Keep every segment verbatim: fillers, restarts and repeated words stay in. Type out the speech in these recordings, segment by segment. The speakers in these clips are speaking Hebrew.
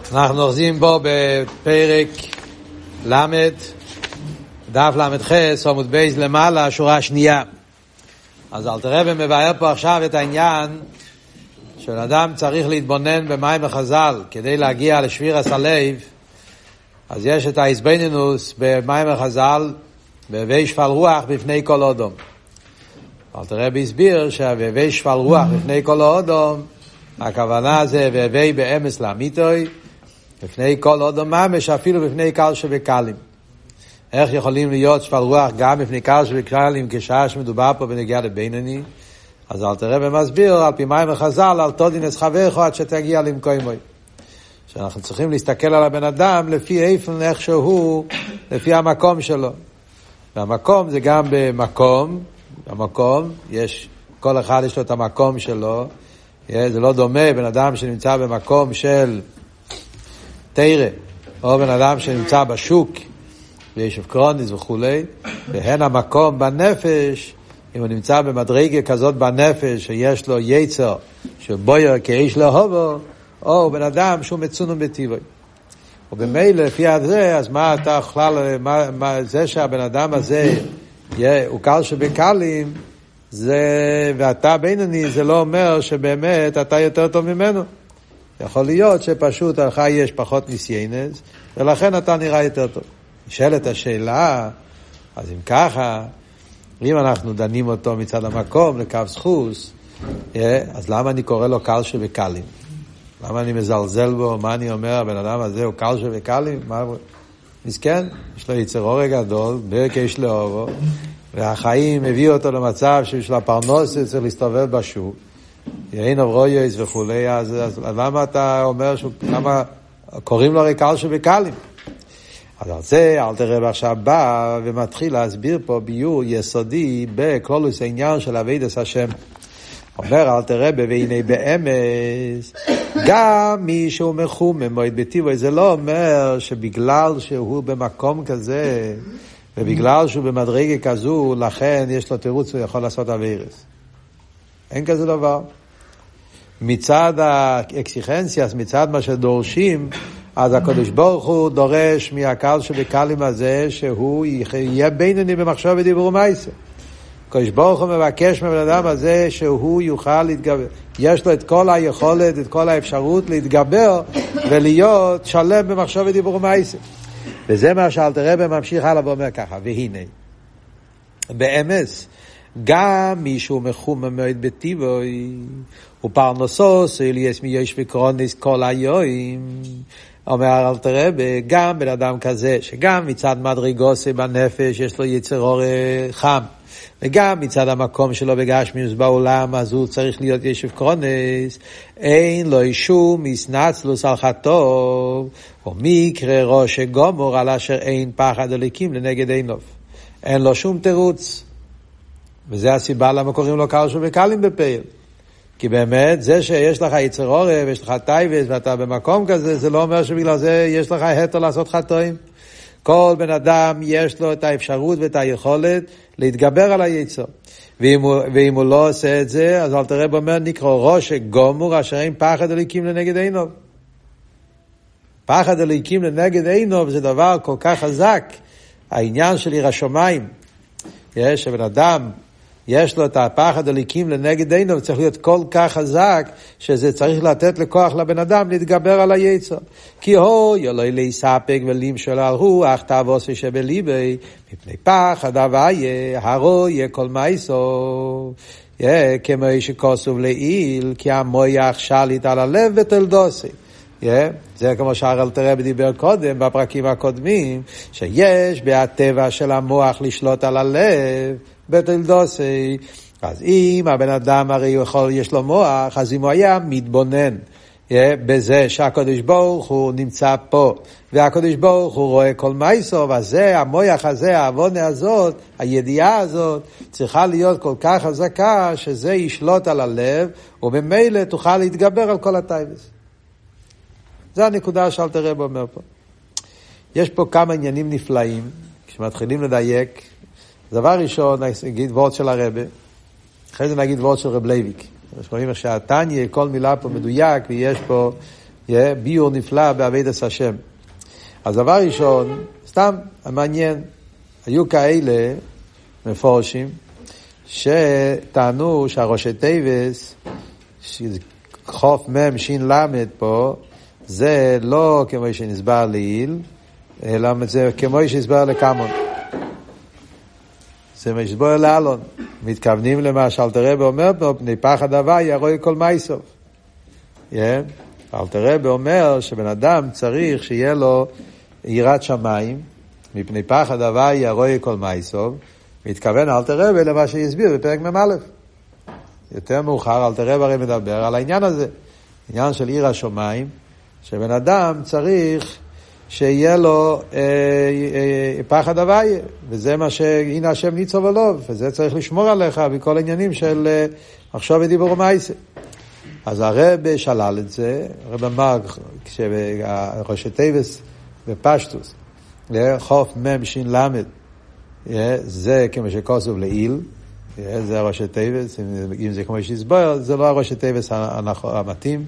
אנחנו אוחזים בו בפרק למד, דף למד חס, עמוד בייס למעלה, שורה שנייה. אז אלתר רבי מבאר פה עכשיו את העניין של אדם צריך להתבונן במים החז"ל כדי להגיע לשבירת הלב. אז יש את ההסבינינוס במים החז"ל, בהווי שפל רוח בפני כל אדם. אלתר רבי הסביר שהווי שפל רוח בפני כל אדם, הכוונה זה והווי באמס לאמיתוי, בפני כל אדם ממש, אפילו בפני קל שבקלים. איך יכולים להיות שפל רוח גם בפני קל שבקלים כשעה שמדובר פה בנגיעה לבינוני? אז אלתר רבי מסביר על פי מים החז"ל, על תודינס חברך עד שתגיע למקומוי. שאנחנו צריכים להסתכל על הבן אדם לפי איפן איך שהוא, לפי המקום שלו. והמקום זה גם במקום, במקום יש, כל אחד יש לו את המקום שלו. זה לא דומה בן אדם שנמצא במקום של תירה, או בן אדם שנמצא בשוק, וישב קרוניס וכו'. והן המקום בנפש, אם הוא נמצא במדרגה כזאת בנפש, שיש לו יצר, שבויר כאיש להובו, או בן אדם שהוא מצונן בטבעו. ובמילא לפי זה, אז מה אתה בכלל, מה, מה, זה שהבן אדם הזה יהיה, הוא קל שבקלים, זה, ואתה בינוני, זה לא אומר שבאמת אתה יותר טוב ממנו. יכול להיות שפשוט לך יש פחות ניסיינס, ולכן אתה נראה יותר טוב. נשאלת השאלה, אז אם ככה, אם אנחנו דנים אותו מצד המקום לקו זכוס, אז למה אני קורא לו קל שבקלים? למה אני מזלזל בו? מה אני אומר? הבן אדם הזה הוא קל שבקלים? מה... מסכן, יש לו יצר אור גדול, בקש לאובו, והחיים הביאו אותו למצב שיש לו פרנוס, צריך להסתובב בשוק, אין אברויוס וכולי. אז, אז למה אתה אומר שהוא, למה קוראים לו הרי קל שבקלים? אז על זה אלתר רבי עכשיו בא ומתחיל להסביר פה ביור יסודי בכלולוס העניין של עבודת השם. אומר אלתר רבי, והנה באמס, גם מי שהוא מחומם מועד בטבעו, זה לא אומר שבגלל שהוא במקום כזה, ובגלל שהוא במדרגה כזו, לכן יש לו תירוץ, הוא יכול לעשות עבירות. אין כזה דבר. מצד האקסיכנסיאס, מצד מה שדורשים, אז הקדוש ברוך הוא דורש מהקל שבקלים הזה, שהוא יהיה בינוני במחשב ודיבור ומעשה. הקדוש ברוך הוא מבקש מהבן אדם הזה שהוא יוכל להתגבר. יש לו את כל היכולת, את כל האפשרות להתגבר ולהיות שלם במחשב ודיבור ומעשה. וזה מה שאלתר רבי ממשיך הלאה ואומר ככה, והנה, באמס, גם מישהו מחומם מאוד בטבעו, ופרנסו סוליס מיש וקרוניס כל היום, אומר אלתר רבי, גם בן אדם כזה, שגם מצד מדרגוסי בנפש יש לו יצר אור חם, וגם מצד המקום שלו בגשמיוס בעולם, אז הוא צריך להיות ישב קרונס, אין לו שום מסנצלוס על חטוב, או מקרה ראש גומור על אשר אין פחד אלוקים לנגד עיניו. אין לו שום תירוץ. וזה הסיבה למה קוראים לו קל שבקלים בפעיל. כי באמת, זה שיש לך יצר אור ויש לך טייבס ואתה במקום כזה, זה לא אומר שבגלל זה יש לך היתר לעשות חטאים. כל בן אדם יש לו את האפשרות ואת היכולת להתגבר על היצר. ואם הוא, ואם הוא לא עושה את זה, אז אלתר רבי אומר, נקרא ראש גומור אשר אין פחד אלוקים לנגד עיניו. פחד אלוקים לנגד עיניו זה דבר כל כך חזק. העניין של יראת שמיים. יש שבן אדם, יש לו את הפחד אלוקים לנגד עיניו, צריך להיות כל כך חזק, שזה צריך לתת לכוח לבן אדם להתגבר על היצר. כי הו, יולוי להיספק ולמשול על רוח, תאבוס שבליבי, מפני פחד הוויה, הרו יהיה כל מייסו. כמו שכוסוב לעיל, כי המויח שליט על הלב ותלדוסי. Yeah, זה כמו שאלתר רבי דיבר קודם בפרקים הקודמים, שיש בהטבע של המוח לשלוט על הלב בתלדוסי. אז אם הבן אדם הרי יכול, יש לו מוח, אז אם הוא היה מתבונן yeah, בזה שהקדוש ברוך הוא נמצא פה, והקדוש ברוך הוא רואה כל מייסו, וזה המוח הזה, העוונה הזאת, הידיעה הזאת צריכה להיות כל כך חזקה שזה ישלוט על הלב, ובמילא תוכל להתגבר על כל הטייבס. זה הנקודה שאלתר רבי אומר פה. יש פה כמה עניינים נפלאים, כשמתחילים לדייק. דבר ראשון, נגיד וורד של הרבי, אחרי זה נגיד וורד של רב לייביק. יש רואים שהתניה, כל מילה פה מדויק, ויש פה יהיה ביור נפלא בעבודת השם. אז דבר ראשון, סתם מעניין, היו כאלה מפורשים שטענו שהראשי תיבס חוף מם שין למד פה זה לא כמו שנסבר לעיל, אלא זה כמו שנסבר לקמון, זה משבר לאלון. מתכוונים למה שאלתר רבי אומר פה, פני פחד הווי ירוי כל מייסוף. אלתר רבי אומר שבן אדם צריך שיהיה לו יראת שמיים, מפני פחד הווי ירוי כל מייסוף. מתכוון אלתר רבי למה שיסביר בפרק ממ א'. יותר מאוחר אלתר רבי הרי מדבר על העניין הזה, עניין של עיר השמיים, שבן אדם צריך שיהיה לו אה, אה, פחד הווי, וזה מה שהנה השם ניצוב עליו, וזה צריך לשמור עליך בכל העניינים של אה, עכשיו ודיבור ומעשה. אז הרב שלל את זה, הרב אמר כשראשי תיבס בפשטוס, חוף מם שין למד, זה כמו שכוסוב לעיל, זה הראשי תיבס, אם זה כמו שהסבר, זה לא הראשי תיבס המתאים,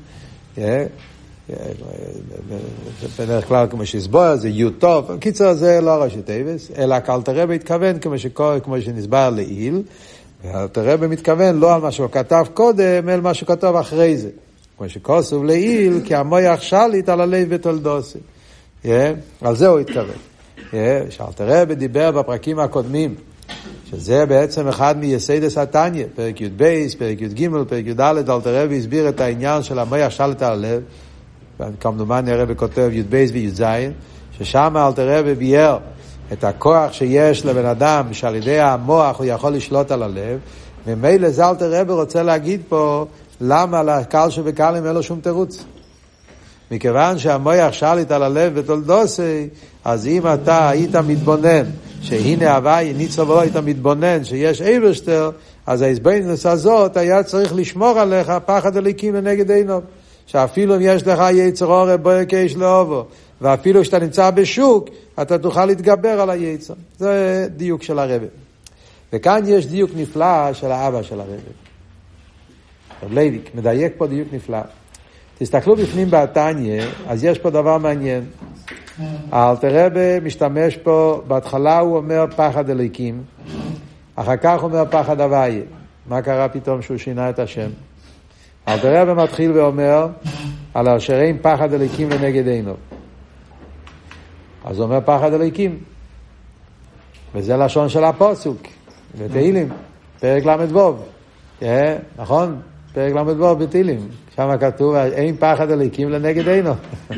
בדרך כלל כמו שהסבר, זה יו טוב, קיצר זה לא הראשי תיבס, אלא אלתר רבי התכוון כמו שנסבר לעיל, ואלתר רבי מתכוון לא על מה שהוא כתב קודם, אלא מה שהוא כתב אחרי זה, כמו שכוסוב לעיל, כי המויח שליט על הלב בתולדוסי, על זה הוא התכוון. שאלתר רבי דיבר בפרקים הקודמים, שזה בעצם אחד מייסדס התניא, פרק י' בייס, פרק י' ג', פרק י' ד', אלתר רבי הסביר את העניין של המויח שליט על הלב, וכמדומני הרבי כותב י' בייס וי' ז', ששם אלתר רבי ביאר את הכוח שיש לבן אדם, שעל ידי המוח הוא יכול לשלוט על הלב, ומילא זה אלתר רבי רוצה להגיד פה, למה לקל שבקלים אין לו שום תירוץ. מכיוון שהמויח שליט על הלב בתולדוסי, אז אם אתה היית מתבונן, שהנה הווי ניצוב לא היית מתבונן, שיש אייברשטר, אז ההסבינוס הזאת היה צריך לשמור עליך פחד הליקים לנגד עיניו. שאפילו אם יש לך יצר אור בויר כאיש לאובו, ואפילו כשאתה נמצא בשוק, אתה תוכל להתגבר על היצר. זה דיוק של הרבי. וכאן יש דיוק נפלא של האבא של הרבי. רב לייביק מדייק פה דיוק נפלא. תסתכלו בפנים בתניא, אז יש פה דבר מעניין. אלתר רבי משתמש פה, בהתחלה הוא אומר פחד אלוקים, אחר כך הוא אומר פחד הווי. מה קרה פתאום שהוא שינה את השם? אלתר רבי מתחיל ואומר על אשר אין פחד אלוקים לנגד עיניו. אז הוא אומר פחד אלוקים, וזה לשון של הפסוק בתהילים, פרק למ"ו, נכון? פרק למ"ו בתהילים, שם כתוב אין פחד אלוקים לנגד עיניו.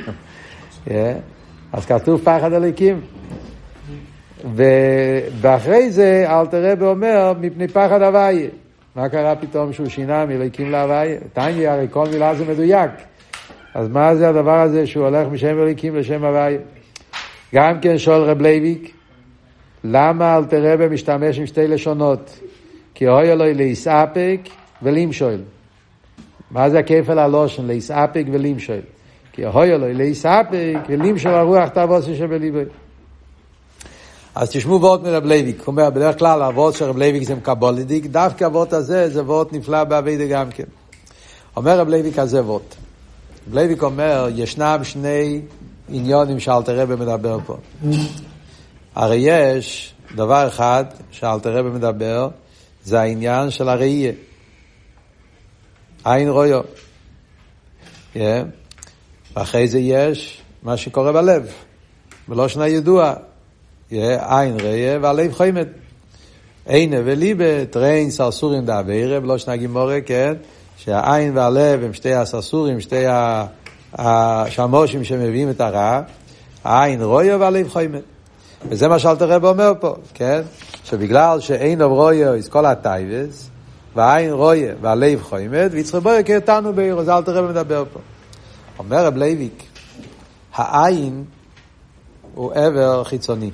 אז כתוב פחד אלוקים, ואחרי זה אלתר רבי אומר מפני פחד הווי. מה קרה פתאום שהוא שינה מאלוקים להווי? תניא, הרי כל מילה זה מדויק, אז מה זה הדבר הזה שהוא הולך משם אלוקים לשם הווי? גם כן שואל רב לייביק, למה אלתר רבי משתמש עם שתי לשונות? כי הוי אלוהי להסאפק ולמשול. מה זה הכפל הלושן להסאפק ולמשול? כי הוי אלוהי להסאפק ולמשול הרוח תעבוסי שבליבוי. אז תשמעו וורט מרב לייביק. הוא אומר, בדרך כלל הוורט של רב לייביק זה מקבולדיק, דווקא הוורט הזה זה וורט נפלא בעבודה גם כן. אומר רב לייביק הזה וורט. רב לייביק אומר, ישנם שני עניונים שאלתר רבי מדבר פה. הרי יש דבר אחד שאלתר רבי מדבר, זה העניין של הראייה. עין רויו. Yeah. ואחרי זה יש מה שקורה בלב. ולא שנה ידוע. עין ראייה והלב חיימת. עינה וליבה, טריין סרסורים דה בערב, לא שנה גימורה, כן? שהעין והלב הם שתי הסרסורים, שתי השמושים שמביאים את הרע. העין רוייה והלב חיימת. וזה מה שאלתר רבי אומר פה, כן? שבגלל שאין רוייה יש כל הטייבס, והעין רוייה והלב חיימת, ויצחק בויה כאתנו בעיר, אז אלתר רבי מדבר פה. אומר רב לייביק, העין הוא עבר חיצוני.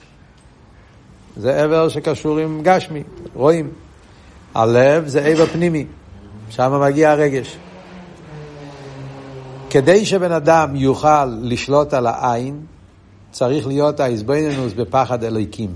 זה עבר שקשור עם גשמי, רואים. הלב זה עבר פנימי, שם מגיע הרגש. כדי שבן אדם יוכל לשלוט על העין, צריך להיות ההסבינוס בפחד אלוקים.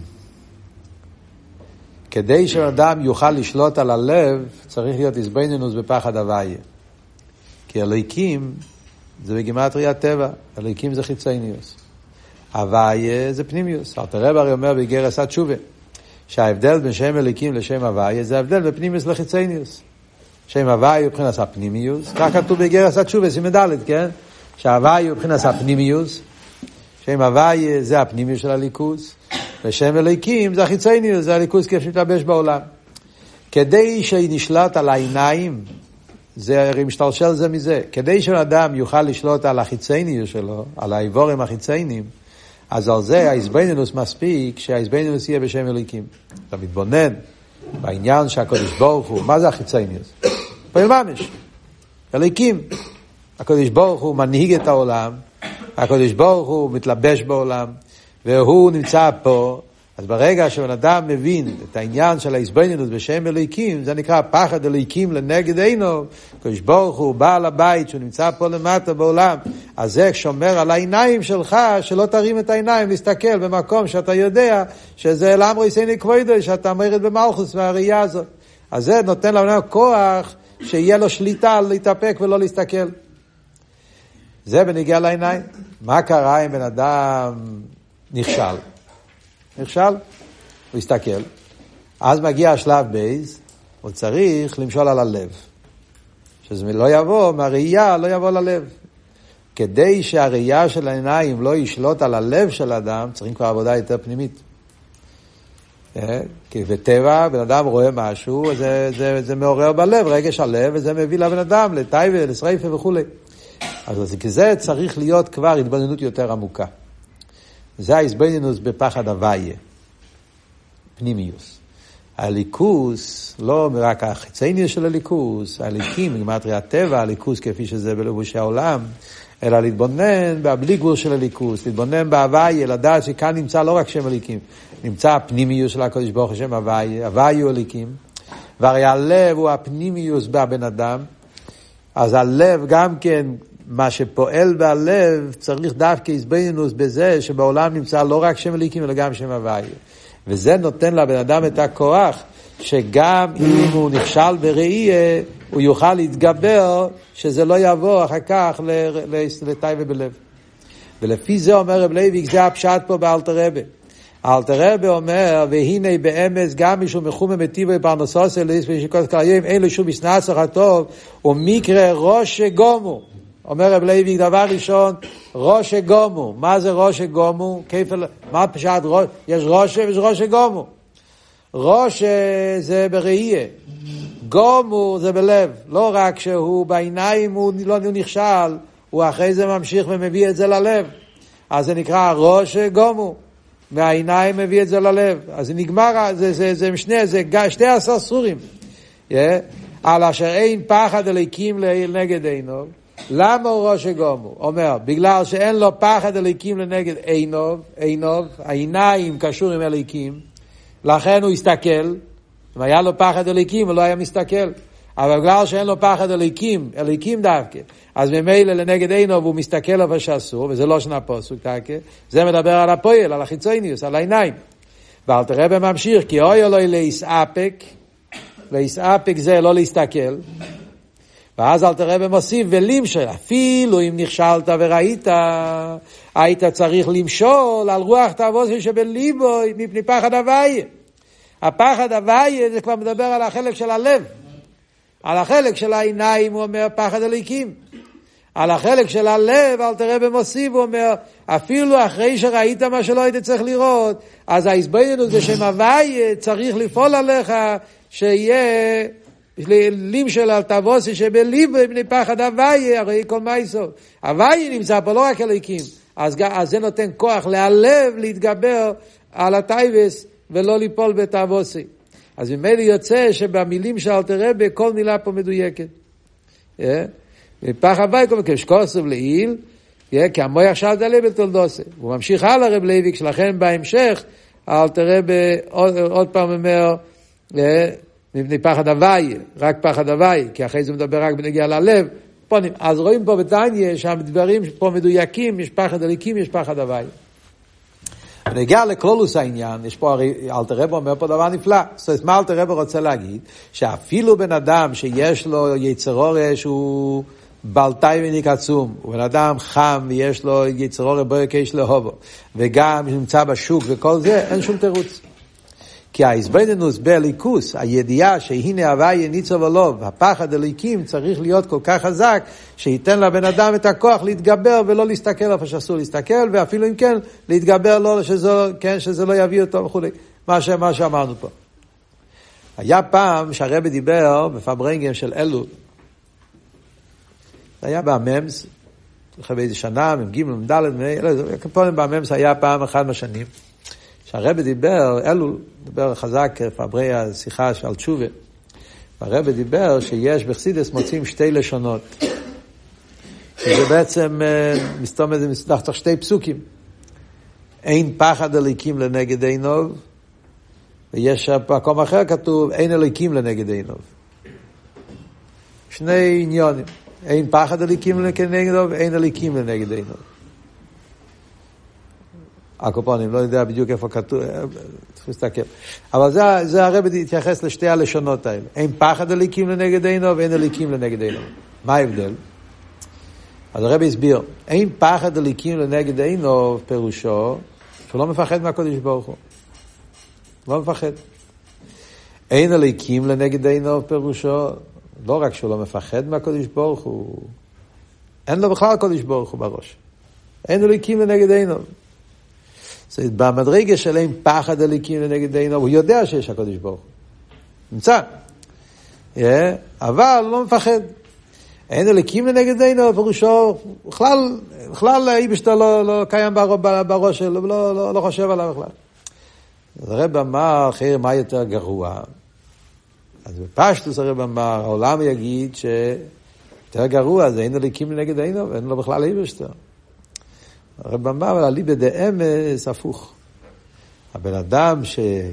כדי שבן אדם יוכל לשלוט על הלב, צריך להיות הסבינוס בפחד הווי. כי אלוקים זה בגימטריה טבע, הליקים זה חיצייניוס. הוויה זה פנימיוס. אלתר רבי הרי אומר בגרס התשובה, שההבדל בין שם הליקים לשם הוויה זה ההבדל בפנימיוס לחיצייניוס. שם הוויה הוא מבחינת הפנימיוס, כך כתוב בגרס התשובה, סימן ד', כן? שההוויה הוא מבחינת הפנימיוס, שם הוויה זה הפנימיוס של הליכוס, ושם הליקים זה החיצייניוס, זה הליכוס כיף שמתלבש בעולם. כדי שנשלט על העיניים, זה הרי משתלשל זה מזה, כדי שאדם יוכל לשלוט על החיצייניוס שלו, על האיבורים החיציינים, אז על זה ההסבינינוס מספיק שההסבינינוס יהיה בשם הליקים. אתה מתבונן בעניין שהקדוש ברוך הוא, מה זה החיצייניוס? פרממש, הליקים. הקדוש ברוך הוא מנהיג את העולם, הקדוש ברוך הוא מתלבש בעולם, והוא נמצא פה. אז ברגע שבן אדם מבין את העניין של ההסבינינוס בשם הליקים, זה נקרא פחד הליקים לנגד עינו. הקדוש ברוך הוא בעל הבית שהוא נמצא פה למטה בעולם, אז זה שומר על העיניים שלך, שלא תרים את העיניים להסתכל במקום שאתה יודע שזה לאמרו יסייני כבודו, שאתה מרד במלכוס והראייה הזאת. אז זה נותן לנו כוח שיהיה לו שליטה להתאפק ולא להסתכל. זה בנגיע לעיניים. מה קרה אם בן אדם נכשל? נכשל, הוא יסתכל. אז מגיע השלב בייז, הוא צריך למשול על הלב. שזה לא יבוא, מהראייה לא יבוא ללב. כדי שהראייה של העיניים לא ישלוט על הלב של האדם, צריכים כבר עבודה יותר פנימית. כי בטבע, בן אדם רואה משהו, זה, זה, זה מעורר בלב, רגש הלב, וזה מביא לבן אדם לטייבה, לשריפה וכו'. אז כזה צריך להיות כבר התבוננות יותר עמוקה. זה ההסבינינוס בפחד הוויה, פנימיוס. הליכוס, לא רק החיצייניוס של הליכוס, הליקים, בגימטריה הטבע, הליכוס כפי שזה בלבושי העולם, אלא להתבונן בהבליגבור של הליכוס, להתבונן בהוויה, לדעת שכאן נמצא לא רק שם הליקים, נמצא הפנימיוס של הקדוש ברוך הוא שם הוויה, הוויה הוא הליקים, והרי הלב הוא הפנימיוס בבן אדם, אז הלב גם כן, מה שפועל בהלב צריך דווקא הסבינינוס בזה שבעולם נמצא לא רק שם הליקים אלא גם שם הוויה. וזה נותן לבן אדם את הכוח שגם אם הוא נכשל בראייה הוא יוכל להתגבר, שזה לא יבוא אחר כך לטייבה בלב. ולפי זה אומר רב לייביק, זה הפשט פה באלתר רבי. האלתר רבי אומר, והנה באמץ גם משום מחומם מטיבו פרנסוס אליס ושיקות קריים, אין לו שום מסנצח הטוב, ומקרה ראש גומו. אומר רב לייביק, דבר ראשון, ראש גומו. מה זה ראש גומו? כיפל, מה פשט ראש? יש ראש ויש ראש גומו. ראש זה בראייה, גומו זה בלב. לא רק שהוא בעיניים הוא לא נכשל, הוא אחרי זה ממשיך ומביא את זה ללב. אז זה נקרא ראש גומו. מהעיניים מביא את זה ללב. אז זה נגמר, זה, זה, זה משנה, זה שתי עשר סורים. Yeah. על אשר אין פחד אליקים לנגד עינו. למה הוא ראש גומו? אומר, בגלל שאין לו פחד אליקים לנגד עינו, עינו, העיניים קשור עם אליקים, לכן הוא יסתכל. אם היה לו פחד אליקים, הוא לא היה מסתכל. אבל בגלל שאין לו פחד אליקים, אליקים דווקא, אז ממילא לנגד עינו והוא מסתכל על שאסור, וזה לא שנה פסוק, זה מדבר על הפועל, על החיצוניוס, על העיניים. ואלתר רבי ממשיך, כי אוי אלוהי להסאפק, להסאפק זה לא להסתכל, ואז אלתר רבי מוסיף, ולמשול, אפילו אם נכשלת וראית, היית צריך למשול על רוח תאווסי שבליבו, מפני פחד הוויה. הפחד הוויה זה כבר מדבר על החלק של הלב. על החלק של העיניים הוא אומר פחד אליקים. על החלק של הלב, אלתר רבי מוסיף, הוא אומר, אפילו אחרי שראית מה שלא היית צריך לראות, אז ההסבינינוס בשם הוויה צריך לפעול עליך, שיהיה למשול על תאווסי שבליבו מפני פחד הוויה, הרי כל מה יסוד. הוויה נמצא פה לא רק אליקים, אז, אז זה נותן כוח להלב להתגבר על הטייבס ולא ליפול בתאווסי. אז ממילא יוצא שבמילים של אלתר רבי כל מילה פה מדויקת. פחד הוויה כמו כשקוסוב לעיל, כי המויח שאלת עליה בתולדוסה. הוא ממשיך הלאה רב לייביק, שלכן בהמשך אלתר רבי עוד, עוד פעם אומר, מפני פחד הוויה, רק פחד הוויה, כי אחרי זה מדבר רק בנגיע ללב. פונים. אז רואים פה בתניא שהדברים פה מדויקים, יש פחד אליקים, יש פחד הוויה. ונגיע לכלולוס העניין, יש פה, אלתר רבי אומר פה דבר נפלא. זאת אומרת, מה אלתר רבי רוצה להגיד? שאפילו בן אדם שיש לו יצר אור שהוא בלטאי וניק עצום, ובן אדם חם ויש לו יצרו רבוי כאיש להובו, וגם נמצא בשוק וכל זה, אין שום תירוץ. כי ההסבדנוס בליכוס, הידיעה שהנה הוויה ניצוב אלוב, הפחד הליקים צריך להיות כל כך חזק, שייתן לבן אדם את הכוח להתגבר ולא להסתכל איפה שאסור להסתכל, ואפילו אם כן, להתגבר לא, שזה, כן, שזה לא יביא אותו וכו'. מה, ש, מה שאמרנו פה. היה פעם שהרבא דיבר בפברנגים של אלול, זה היה בממס, אחרי באיזה שנה, מגיעים למדלת, כפולים בממס היה פעם אחד מהשנים, שהרבא דיבר, אלול, דיבר חזק, פברי השיחה של תשובה, והרבא דיבר שיש בחסידס מוצאים שתי לשונות, שזה בעצם מסתום איזה מסתחת שתי פסוקים, אין פחד אליקים לנגד עינוב, ויש במקום אחר כתוב, אין אליקים לנגד עינוב. שני עניונים, אין פחד אליקים לנגד עינוב, אין אליקים לנגד עינוב. הקופונים, לא יודע בדיוק איפה כתוב, צריך להסתכל. אבל זה, זה הרבי התייחס לשתי הלשונות האלה. אין פחד אליקים לנגד עינוב, ואין אליקים לנגד עינוב. מה ההבדל? אז הרבי הסביר, אין פחד אליקים לנגד עינוב, פירושו, שהוא לא מפחד מהקודש ברוך הוא. לא מפחד. אין אליקים לנגד עינוב, פירושו, לא רק שהוא לא מפחד מהקודש ברוך הוא, אין לו בכלל הקודש ברוך הוא בראש. אין אליקים לנגד עינוב. זה במדרגה של אין פחד אליקים לנגד עינוב, הוא יודע שיש הקודש ברוך הוא. נמצא. Yeah, אבל הוא לא מפחד. אין אליקים לנגד עינוב, פירושו, בכלל, בכלל איבשתו לא, לא קיים בראש שלו, לא, לא, לא חושב עליו בכלל. אז הרב אמר, אחרי מה יותר גרוע? אז בפשטוס הרב אמר, העולם יגיד שיותר גרוע, זה אין אליקים לנגד עינוב, אין לו בכלל איבשתו. הרב אמר, אבל עלי בדאמס הפוך. הבן אדם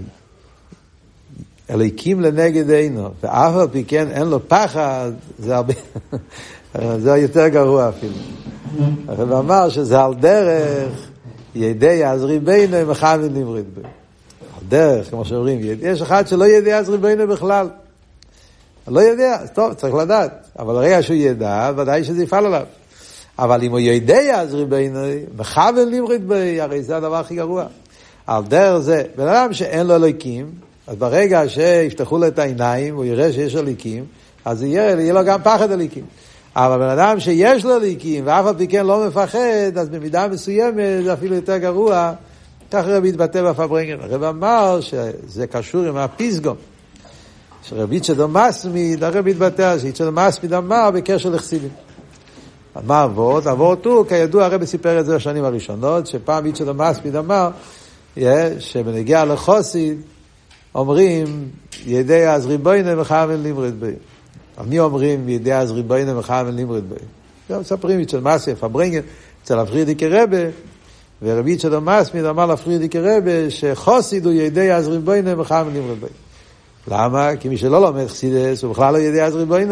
שאליקים לנגד עינו, ואף על פי כן אין לו פחד, זה הרבה, זה יותר גרוע אפילו. הרב אמר שזה על דרך, ידי עזרי בינו, מחמד נמריד בו. על דרך, כמו שאומרים, יש אחד שלא ידי עזרי בינו בכלל. לא יודע, טוב, צריך לדעת. אבל הרגע שהוא ידע, ודאי שזה יפעל עליו. אבל אם הוא יודע עזרי בינו, מחמד נמריד בו, הרי זה הדבר הכי גרוע. על דרך זה, בן אדם שאין לו אליקים, אז ברגע שיפתחו לו את העיניים, הוא יראה שיש אליקים, אז יהיה, יהיה לו גם פחד אליקים. אבל בן אדם שיש לו אליקים, ואף על פי כן לא מפחד, אז במידה מסוימת זה אפילו יותר גרוע. כך רבי התבטא בפברנגן. הרב אמר שזה קשור עם הפיסגום. שרבי צ'דו מסמיד, הרבי התבטא, שצ'דו מסמיד אמר בקשר לחסידים. מה עבוד? עבוד הוא, כידוע הרבי סיפר את זה בשנים הראשונות, שפעם יצ'דו מסמיד אמר, שבנגיע לחוסיד, אומרים, ידי אז ריבוינו מחמל נמרד בי. מי אומרים, ידי אז ריבוינו מחמל נמרד בי? זה מספרים אצל מסי, פברנגן, אצל הפרידיקי רבה, ורבי צ'דו מסמיד אמר לפרידיקי רבה, שחוסיד הוא ידי אז ריבוינו מחמל נמרד בי. למה? כי מי שלא לומד חסידס, הוא בכלל לא ידי אז ריבוינו.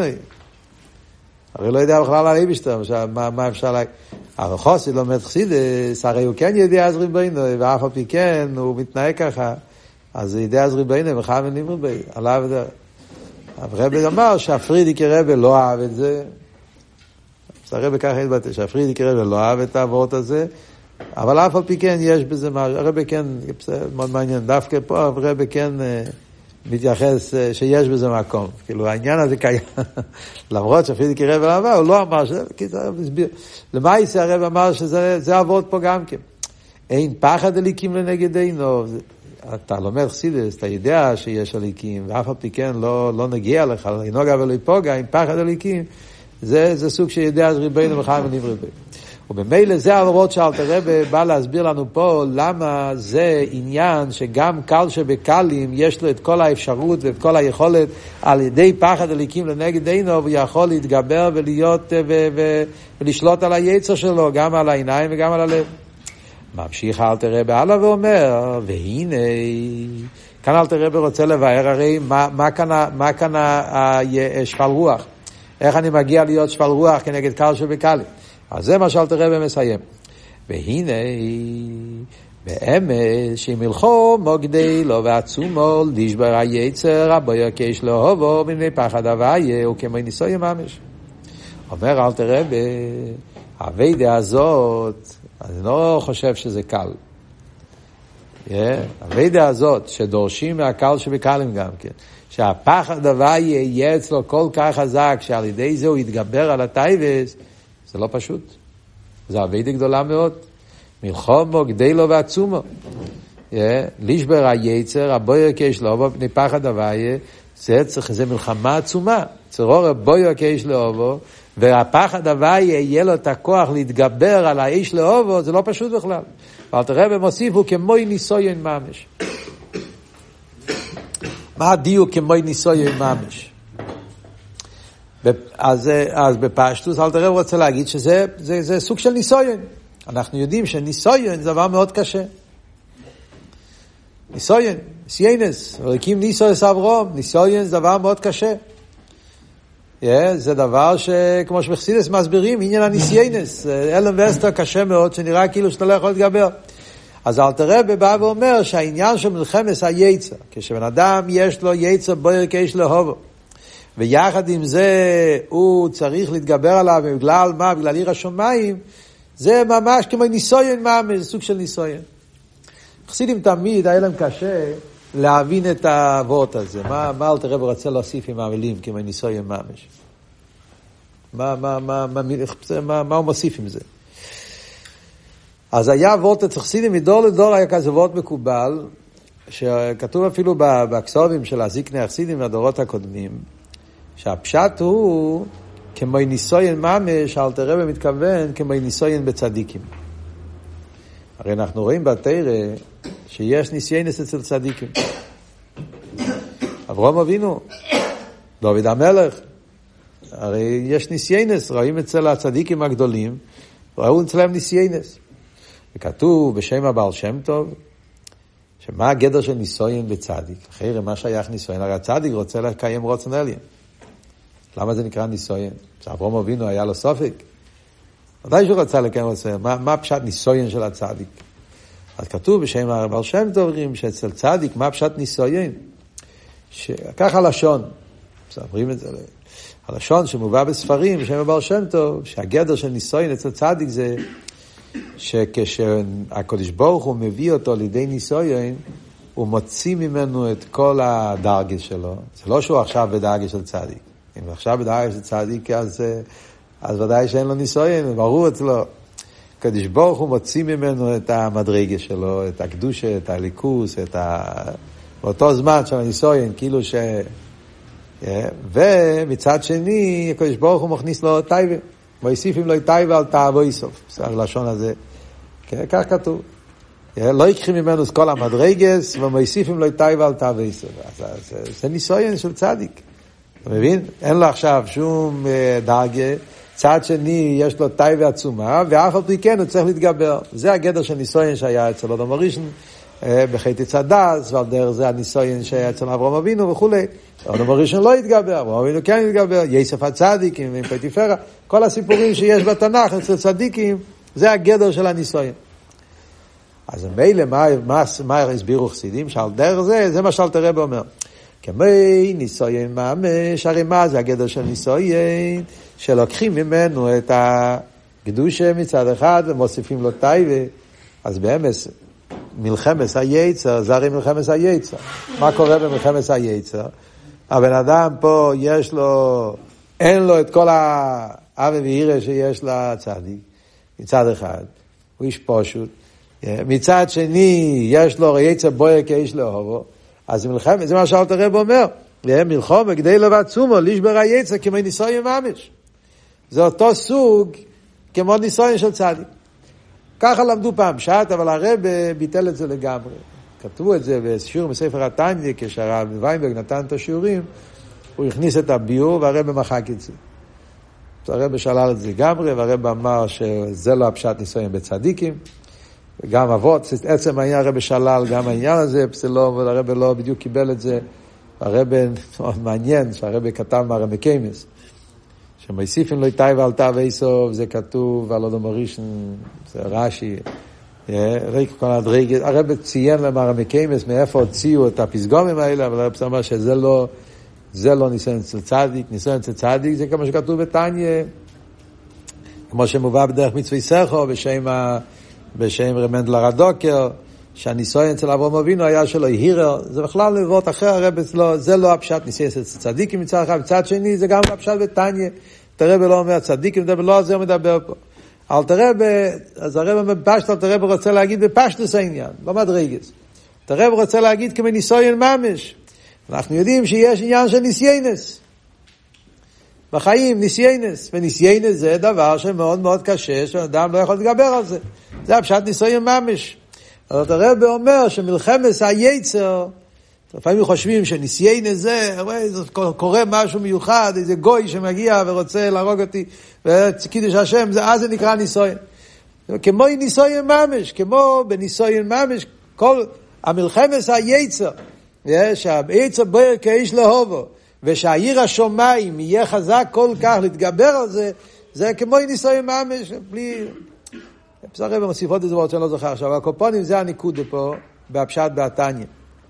הרי לא יודע בכלל על איבשתו, מה, מה אפשר להגיד? אבל חוסיד לומד חסידס, הרי הוא כן ידי אז ריבוינו, ואף על פי כן הוא מתנהג ככה. אז ידי אז ריבוינו מחמל נמרד בי. עליו את זה. הרבי אמר שהפרידיקי רבי לא אהב את זה. אז הרבי ככה התבטא, שהפרידיקי רבי לא אהב את העבורת הזה, אבל אף על פי כן יש בזה משהו. הרבי כן, מאוד מעניין, דווקא פה הרבי כן מתייחס שיש בזה מקום. כאילו העניין הזה קיים. למרות שהפרידיקי רבי לא אמר, הוא לא אמר, כי זה מסביר. למעשה הרבי אמר שזה עבורת פה גם כן. אין פחד אליקים לנגד עינו. אתה לומד חסידס, אתה יודע שיש אליקים, ואף על פי כן לא, לא נגיע לך, לנוגע ולא יפוגע, עם פחד אליקים, זה, זה סוג שידע אז ריבנו מחמד נמרד בי. ובמילא זה העברות שאלתר רבי בא להסביר לנו פה, למה זה עניין שגם קל שבקלים יש לו את כל האפשרות ואת כל היכולת על ידי פחד אליקים לנגד עינו, והוא יכול להתגבר ולהיות ו- ו- ולשלוט על היצר שלו, גם על העיניים וגם על הלב. ממשיך אלתר רבי הלאה ואומר, והנה, כאן אלתר רבי רוצה לבאר הרי מה, מה כאן, מה כאן השפל רוח, איך אני מגיע להיות שפל רוח כנגד קל שבקלים. אז זה מה שאלתר רבי מסיים. והנה, באמת שמלכו מוגדי לו ועצומו לשבר היצר הבויר כאש להובו מפני פחד הוויה וכמו ניסוי ממש. אומר אל תראה בהווידה הזאת, אני לא חושב שזה קל. הווידה הזאת, שדורשים מהקל שבקלים גם כן, שהפחד הדבר יהיה אצלו כל כך חזק, שעל ידי זה הוא יתגבר על הטייבס, זה לא פשוט. זה הווידה גדולה מאוד. מלחומו גדלו ועצומו. לישבר היצר, הבויר כאיש לאובו, פני פחד הוויה, זה צריך, זה מלחמה עצומה. צרור הבויר כאיש לאובו, והפחד הוויה יהיה לו את הכוח להתגבר על האיש לאובו, זה לא פשוט בכלל. אבל תראה במוסיף הוא כמוי ניסויין ממש. מה הדיוק כמוי ניסויין ממש? אז, אז בפשטוס, אל תראה רוצה להגיד שזה זה, זה סוג של ניסויין. אנחנו יודעים שניסויין זה דבר מאוד קשה. ניסויין, סיינס, רקים ניסויס אברום, ניסויין זה דבר מאוד קשה. Yeah, זה דבר שכמו שמחסידס מסבירים, עניין הניסיינס, אלם וסטר קשה מאוד, שנראה כאילו שאתה לא יכול להתגבר. אז אל תראה בבא ואומר שהעניין של מלחמת היצר, כשבן אדם יש לו יצר בויר כאיש לאהובו, ויחד עם זה הוא צריך להתגבר עליו, בגלל מה? בגלל עיר השמיים, זה ממש כמו ניסויין ממש, זה סוג של ניסויין. חסידים תמיד היה להם קשה להבין את העבוד הזה. מה, מה אל תראה ורצה להוסיף עם המילים כמו ניסויין ממש? מה, מה, מה, מה, מה, מה הוא מוסיף עם זה? אז היה עבוד את חסידים מדור לדור, היה כזה עבוד מקובל, שכתוב אפילו בכסובים של הזיקני החסידים מהדורות הקודמים, שהפשט הוא כמו ניסויין ממש, אל תראה ומתכוון כמו ניסויין בצדיקים. הרי אנחנו רואים בתורה שיש ניסיינס אצל צדיקים. אברהם אבינו, דוד המלך, הרי יש ניסיינס, רואים אצל הצדיקים הגדולים, ראו אצלם ניסיינס. וכתוב בשם הבעל שם טוב, שמה הגדר של ניסויין בצדיק? אחרי מה שייך ניסויין? הרי הצדיק רוצה לקיים רוצן עליון. למה זה נקרא ניסויין? שאברהם אבינו היה לו סופק. ודאי שהוא רצה לקיים רוצן. מה, מה פשט ניסויין של הצדיק? אז כתוב בשם הבעל שם טוב, שאצל צדיק, מה פשט ניסויין? ככה לשון. מספרים את זה. הלשון שמובא בספרים, בשם הבעל שם טוב, שהגדר של ניסויין אצל צדיק זה שכשהקדוש ברוך הוא מביא אותו לידי ניסויין, הוא מוציא ממנו את כל הדרגה שלו. זה לא שהוא עכשיו בדרגה של צדיק. אם הוא עכשיו בדרגה של צדיק, אז, אז ודאי שאין לו ניסויין, ברור אצלו. הקדוש ברוך הוא מוציא ממנו את המדרגה שלו, את הקדושה, את הליכוס, את ה... באותו זמן של הניסויין, כאילו ש... ומצד שני, הקדוש ברוך הוא מכניס לו טייבה. מוסיפים לו טייבה על תאוו איסוף. זה הלשון הזה. כך כתוב. לא יקחים ממנו את כל המדרגס, ומוסיפים לו טייבה על תאוו איסוף. זה ניסויין של צדיק. אתה מבין? אין לו עכשיו שום דרגה. צד שני יש לו טייבה עצומה, ואף על פי כן הוא צריך להתגבר. זה הגדר של ניסויין שהיה אצל אדם הראשון, בחטא צדס, ועל דרך זה הניסויין שהיה אצל אברהם אבינו וכו'. אדם הראשון לא התגבר, אברהם אבינו כן התגבר, יוסף הצדיקים ועם פטיפרה, כל הסיפורים שיש בתנ"ך אצל צדיקים, זה הגדר של הניסויין. אז מילא, מה, מה, מה הסבירו חסידים? שעל דרך זה, זה מה שאל תראה באומר. כמי ניסויין ממש, הרי מה זה הגדר של ניסויין? שלוקחים ממנו את הקדושה מצד אחד ומוסיפים לו טייבה, אז באמת מלחמת היצר, זה הרי מלחמת היצר. מה קורה במלחמת היצר? הבן אדם פה יש לו, אין לו את כל האווה ואירה שיש לצדיק, מצד אחד, הוא איש פשוט. מצד שני, יש לו יצר בויר כאיש לאהובו, אז מלחמת, זה מה שאלת הרב אומר, מלחמה כדי לבד צומו, לישבר היצר כמו ניסויין ממש. זה אותו סוג כמו ניסויין של צדיק. ככה למדו פעם שעת, אבל הרב ביטל את זה לגמרי. כתבו את זה בשיעור מספר התניא, כשהרב ויינברג נתן את השיעורים, הוא הכניס את הביור והרב מחק את זה. הרב שלל את זה לגמרי, והרב אמר שזה לא הפשט ניסויין בצדיקים, וגם אבות, עצם העניין הרב שלל גם העניין הזה, אבל הרב לא בדיוק קיבל את זה. הרב מאוד מעניין, שהרב כתב מהרמי קיימס, שמוסיפים לו טייבה על תאוו איסוף, זה כתוב על אדם הראשון, זה רש"י, ריק כל הדרגות, הרב ציין למהרמי קיימס מאיפה הוציאו את הפסגומים האלה, אבל הרב אמר שזה לא, זה לא ניסיון אצל צדיק, ניסיון אצל צדיק זה כמו שכתוב בתניא, כמו שמובא בדרך מצווי סכו, בשם, ה... בשם רמנדל הרדוקר, שהניסויין אצל אברהם אבינו היה שלו הירר, זה בכלל לבוא אחר הרב אצלו, זה לא הפשט ניסויין אצל צדיקים מצד אחד, מצד שני זה גם הפשט בתניה, הרב לא אומר צדיקים מדבר, לא זה מדבר פה. אל תרב, אז הרב בפשט, הרב רוצה להגיד בפשטוס העניין, לא מדרגס. הרב רוצה להגיד כמניסויין ממש. אנחנו יודעים שיש עניין של ניסיינס. בחיים ניסיינס, וניסיינס זה דבר שמאוד מאוד קשה, שאדם לא יכול להתגבר על זה. זה הפשט ניסויין ממש. אז הרב אומר שמלחמת היצר, לפעמים חושבים שניסיינס זה, זה קורה משהו מיוחד, איזה גוי שמגיע ורוצה להרוג אותי, וקידוש השם, זה, אז זה נקרא ניסויין. כמו ניסויין ממש, כמו בניסויין ממש, כל המלחמת היצר, שהיצר בוער כאיש להובו, ושהעיר השומיים יהיה חזק כל כך להתגבר על זה, זה כמו ניסויין ממש, בלי... בסדר רב מוסיפות את זה ואני לא זוכר עכשיו, הקופונים זה הניקוד פה, בהפשט בהתניה.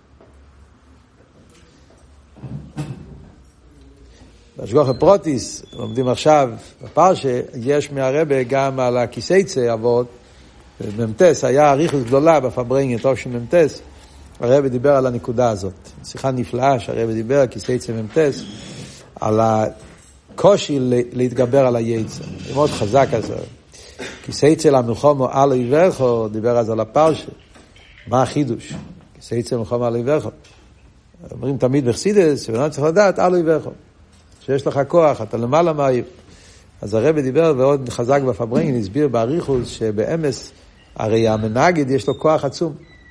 בהשגוח הפרוטיס, לומדים עכשיו, בפרשה, יש מהרבה גם על הכיסייצה אבות, בממתס, היה עריכות גדולה בפברנגיה, טוב של ממתס, הרב דיבר על הנקודה הזאת. שיחה נפלאה שהרב דיבר, כיסייצה ממתס, על הקושי להתגבר על היצר. זה מאוד חזק הזה. כיסייצה למלחומו על עיוורךו, דיבר אז על הפרשה. מה החידוש? כיסייצה למלחומו על עיוורךו. אומרים תמיד בחסידס, ובנם צריך לדעת על עיוורךו. שיש לך כוח, אתה למעלה מהעיר. אז הרב דיבר ועוד חזק בפברנגיה, נסביר בעריכות שבאמס, הרי המנגד יש לו כוח עצום.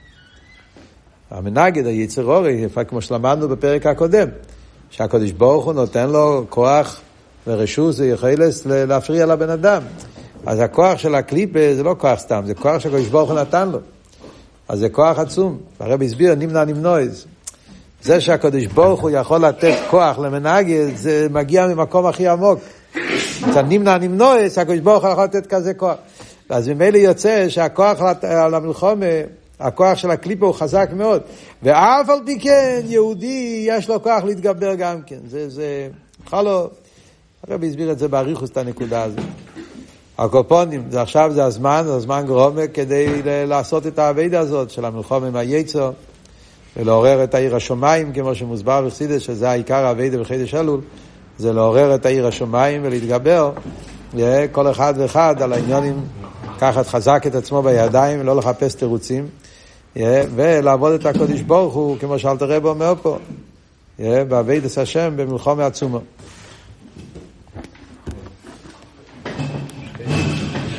המנגד, היצר אורי, כמו שלמדנו בפרק הקודם, שהקדוש ברוך הוא נותן לו כוח ורשות ויכולת להפריע לבן אדם. אז הכוח של הקליפה זה לא כוח סתם, זה כוח שהקדוש ברוך הוא נתן לו. אז זה כוח עצום. הרב הסביר, נמנע נמנועז. זה שהקדוש ברוך הוא יכול לתת כוח למנגד, זה מגיע ממקום הכי עמוק. זה נמנע נמנועז, הקדוש ברוך הוא יכול לתת כזה כוח. אז ממילא יוצא שהכוח על המלחמה, הכוח של הקליפה הוא חזק מאוד. ואף על פי כן, יהודי יש לו כוח להתגבר גם כן. זה, זה, בכלל לא, הרב הסביר את זה בעריכות את הנקודה הזאת. הקופונים, זה עכשיו זה הזמן, זה הזמן גרומה כדי לעשות את העבודה הזאת של המלחמה עם היצר, ולעורר את העיר השומיים, כמו שמוסבר בחסידות, שזה העיקר העבודה בחידש אלול, זה לעורר את העיר השומיים ולהתגבר, כל אחד ואחד על העניונים, לקחת חזק את עצמו בידיים, ולא לחפש תירוצים, ולעבוד את הקדוש ברוך הוא, כמו שאלתר רב אומר פה, בעבודת השם במלחמה עצומה.